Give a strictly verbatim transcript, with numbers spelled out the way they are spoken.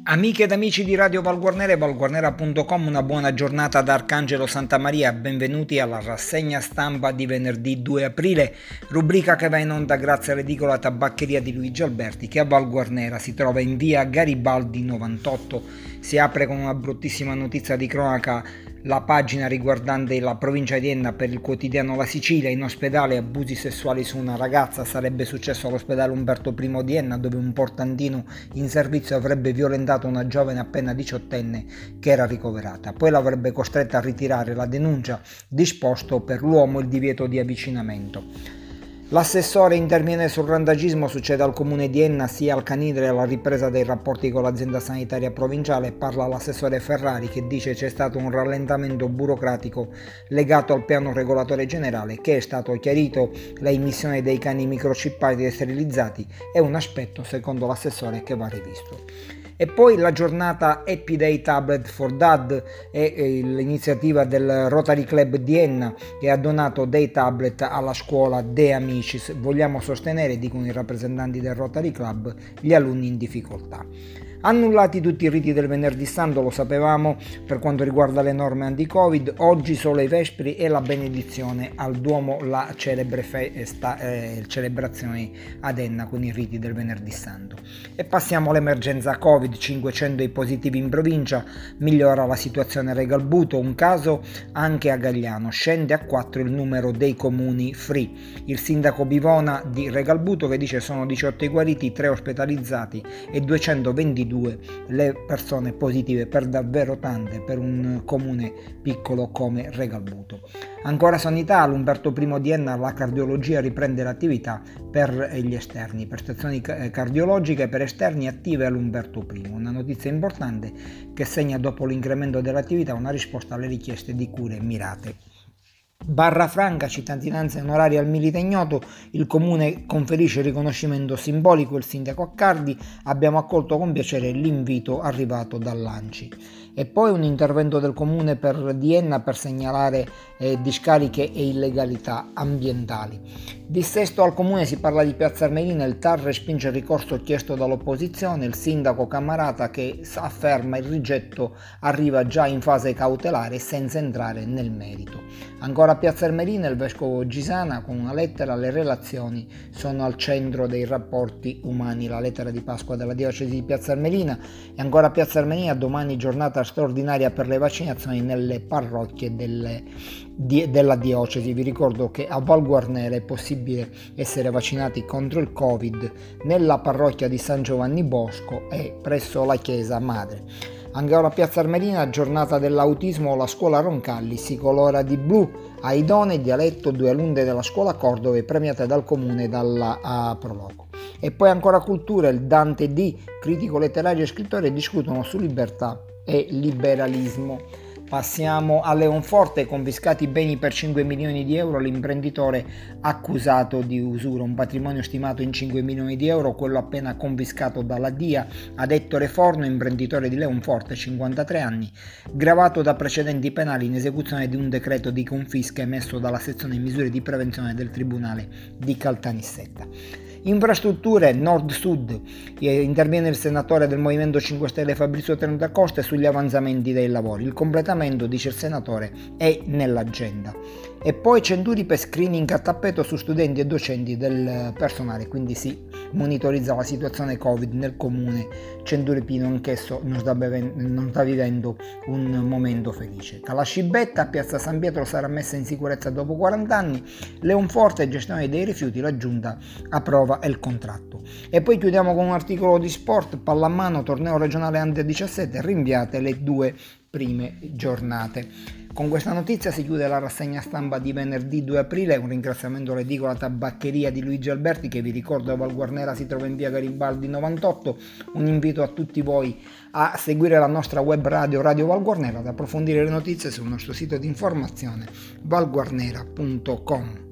Amiche ed amici di Radio Valguarnera e valguarnera punto com, una buona giornata da Arcangelo Santamaria, benvenuti alla rassegna stampa di venerdì due aprile, rubrica che va in onda grazie all'edicola Tabaccheria di Luigi Alberti che a Valguarnera si trova in via Garibaldi novantotto. Si apre con una bruttissima notizia di cronaca la pagina riguardante la provincia di Enna per il quotidiano La Sicilia. In ospedale abusi sessuali su una ragazza. Sarebbe successo all'ospedale Umberto I di Enna, dove un portantino in servizio avrebbe violentato una giovane appena diciottenne che era ricoverata. Poi l'avrebbe costretta a ritirare la denuncia, disposto per l'uomo il divieto di avvicinamento. L'assessore interviene sul randagismo, succede al comune di Enna, sia al canile alla ripresa dei rapporti con l'azienda sanitaria provinciale. Parla l'assessore Ferrari che dice c'è stato un rallentamento burocratico legato al piano regolatore generale, che è stato chiarito. La immissione dei cani microchippati e sterilizzati è un aspetto, secondo l'assessore, che va rivisto. E poi la giornata Happy Day Tablet for Dad è l'iniziativa del Rotary Club di Enna che ha donato dei tablet alla scuola De Amicis. Vogliamo sostenere, dicono i rappresentanti del Rotary Club, gli alunni in difficoltà. Annullati tutti i riti del venerdì santo, lo sapevamo, per quanto riguarda le norme anti-Covid. Oggi solo i vespri e la benedizione al Duomo, la celebre festa, eh, celebrazione ad Enna con i riti del venerdì santo. E passiamo all'emergenza Covid, cinquecento i positivi in provincia, migliora la situazione a Regalbuto, un caso anche a Gagliano, scende a quattro il numero dei comuni free. Il sindaco Bivona di Regalbuto che dice sono diciotto i guariti, tre ospitalizzati e duecentoventidue le persone positive, per davvero tante per un comune piccolo come Regalbuto. Ancora sanità, all'Umberto I di Enna la cardiologia riprende l'attività per gli esterni, prestazioni cardiologiche per esterni attive all'Umberto I, una notizia importante che segna dopo l'incremento dell'attività una risposta alle richieste di cure mirate. Barra Franca, cittadinanza onoraria al milite ignoto, il comune conferisce il riconoscimento simbolico al sindaco Accardi. Abbiamo accolto con piacere l'invito arrivato dall'Anci. E poi un intervento del comune per, di Enna per segnalare eh, discariche e illegalità ambientali. Dissesto al comune, si parla di Piazza Armerina, il T A R respinge il ricorso chiesto dall'opposizione, il sindaco Cammarata che afferma il rigetto arriva già in fase cautelare senza entrare nel merito. Ancora a Piazza Armerina, il vescovo Gisana con una lettera: le relazioni sono al centro dei rapporti umani, la lettera di Pasqua della diocesi di Piazza Armerina. E ancora a Piazza Armerina, domani giornata straordinaria per le vaccinazioni nelle parrocchie delle, di, della diocesi. Vi ricordo che a Valguarnera è possibile essere vaccinati contro il Covid nella parrocchia di San Giovanni Bosco e presso la chiesa madre. Ancora a Piazza Armerina, giornata dell'autismo, la scuola Roncalli si colora di blu. A Idone, dialetto, due alunne della scuola Cordove premiate dal comune e dalla a Proloco. E poi ancora cultura, il Dante D, critico letterario e scrittore, discutono su libertà e liberalismo. Passiamo a Leonforte, confiscati beni per cinque milioni di euro, l'imprenditore accusato di usura, un patrimonio stimato in cinque milioni di euro, quello appena confiscato dalla D I A ad Ettore Forno, imprenditore di Leonforte, cinquantatré anni, gravato da precedenti penali in esecuzione di un decreto di confisca emesso dalla sezione misure di prevenzione del Tribunale di Caltanissetta. Infrastrutture Nord-Sud, interviene il senatore del Movimento cinque Stelle Fabrizio Trentacoste sugli avanzamenti dei lavori. Il completamento, dice il senatore, è nell'agenda. E poi Centuri per screening a tappeto su studenti e docenti del personale, quindi si monitorizza la situazione Covid nel comune centuripino, anch'esso non sta, bevendo, non sta vivendo un momento felice. Calascibetta, Piazza San Pietro sarà messa in sicurezza dopo quaranta anni, Leonforte, gestione dei rifiuti, la giunta approva il contratto. E poi chiudiamo con un articolo di sport, pallamano, torneo regionale under diciassette, rinviate le due prime giornate. Con questa notizia si chiude la rassegna stampa di venerdì due aprile. Un ringraziamento all'edicola Tabaccheria di Luigi Alberti che, vi ricordo, a Valguarnera si trova in via Garibaldi novantotto. Un invito a tutti voi a seguire la nostra web radio Radio Valguarnera, ad approfondire le notizie sul nostro sito di informazione valguarnera punto com.